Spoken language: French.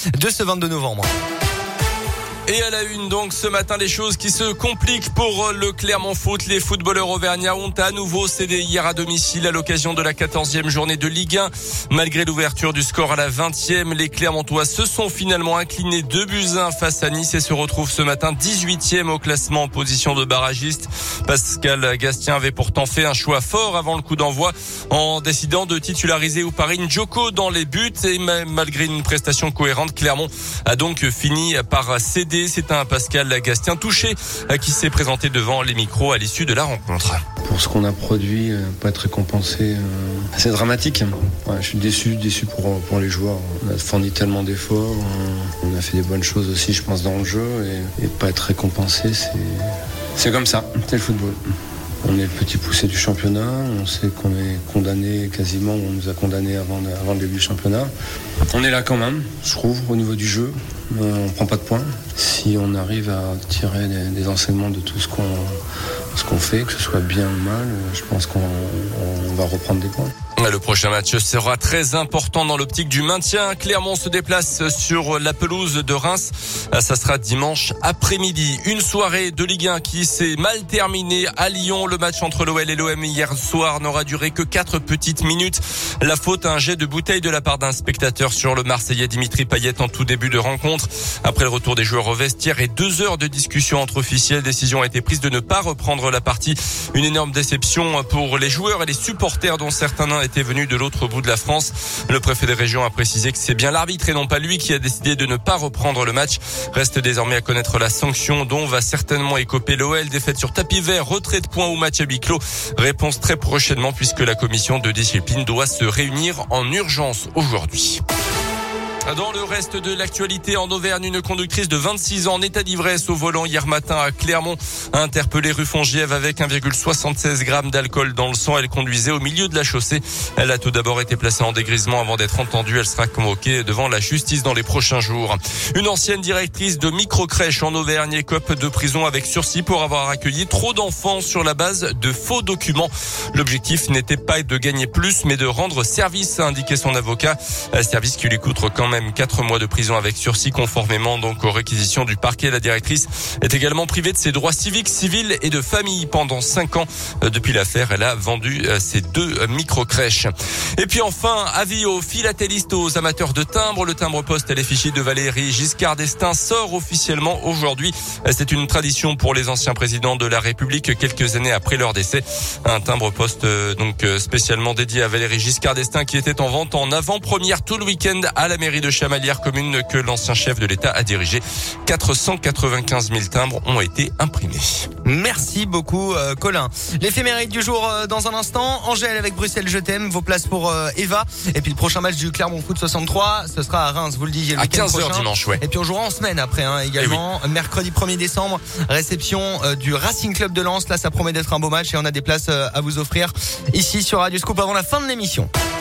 de ce 22 novembre. Et à la une, donc, ce matin, les choses qui se compliquent pour le Clermont Foot. Les footballeurs auvergnats ont à nouveau cédé hier à domicile à l'occasion de la 14e journée de Ligue 1. Malgré l'ouverture du score à la 20e, les Clermontois se sont finalement inclinés 2-1 face à Nice et se retrouvent ce matin 18e au classement en position de barragiste. Pascal Gastien avait pourtant fait un choix fort avant le coup d'envoi en décidant de titulariser Oupari Ndjoko dans les buts. Et malgré une prestation cohérente, Clermont a donc fini par céder. C'est un Pascal Gastien touché qui s'est présenté devant les micros à l'issue de la rencontre. Pour ce qu'on a produit, pas être récompensé, c'est dramatique. Ouais, je suis déçu pour les joueurs. On a fourni tellement d'efforts, on a fait des bonnes choses aussi, je pense, dans le jeu, et pas être récompensé, c'est comme ça, c'est le football. On est le petit poussé du championnat, on sait qu'on est condamné quasiment, on nous a condamnés avant le début du championnat. On est là quand même, je trouve, au niveau du jeu. On prend pas de points. Si on arrive à tirer des enseignements de tout ce qu'on fait, que ce soit bien ou mal, je pense qu'on va reprendre des points. Le prochain match sera très important dans l'optique du maintien. Clermont se déplace sur la pelouse de Reims. Ça sera dimanche après-midi. Une soirée de Ligue 1 qui s'est mal terminée à Lyon. Le match entre l'OL et l'OM hier soir n'aura duré que 4 petites minutes. La faute à un jet de bouteille de la part d'un spectateur sur le Marseillais Dimitri Payet en tout début de rencontre. Après le retour des joueurs au vestiaire et 2 heures de discussion entre officiels, décision a été prise de ne pas reprendre la partie. Une énorme déception pour les joueurs et les supporters dont certains étaient venus de l'autre bout de la France. Le préfet des régions a précisé que c'est bien l'arbitre et non pas lui qui a décidé de ne pas reprendre le match. Reste désormais à connaître la sanction dont va certainement écoper l'OL. Défaite sur tapis vert, retrait de points ou match à huis clos. Réponse très prochainement puisque la commission de discipline doit se réunir en urgence aujourd'hui. Dans le reste de l'actualité, en Auvergne, une conductrice de 26 ans en état d'ivresse au volant hier matin à Clermont a interpellé rue Fongiève avec 1,76 g d'alcool dans le sang. Elle conduisait au milieu de la chaussée. Elle a tout d'abord été placée en dégrisement avant d'être entendue. Elle sera convoquée devant la justice dans les prochains jours. Une ancienne directrice de microcrèche en Auvergne écope de prison avec sursis pour avoir accueilli trop d'enfants sur la base de faux documents. L'objectif n'était pas de gagner plus, mais de rendre service, a indiqué son avocat. Service qui lui coûtera quand même 4 mois de prison avec sursis conformément donc aux réquisitions du parquet. La directrice est également privée de ses droits civiques, civils et de famille pendant 5 ans. Depuis l'affaire, elle a vendu ses 2 micro-crèches. Et puis enfin, avis aux philatélistes, aux amateurs de timbres. Le timbre-poste à l'effigie de Valéry Giscard d'Estaing sort officiellement aujourd'hui. C'est une tradition pour les anciens présidents de la République quelques années après leur décès. Un timbre-poste donc spécialement dédié à Valéry Giscard d'Estaing qui était en vente en avant-première tout le week-end à la mairie de Chamalières, commune que l'ancien chef de l'État a dirigé. 495 000 timbres ont été imprimés. Merci beaucoup Colin. L'éphéméride du jour dans un instant. Angèle avec Bruxelles je t'aime. Vos places pour Eva. Et puis le prochain match du Clermont Foot 63, ce sera à Reims, vous le disiez, le à week-end 15h dimanche, ouais. Et puis on jouera en semaine après également. Oui. Mercredi 1er décembre, réception du Racing Club de Lens. Là ça promet d'être un beau match et on a des places à vous offrir ici sur Radio Scoop avant la fin de l'émission.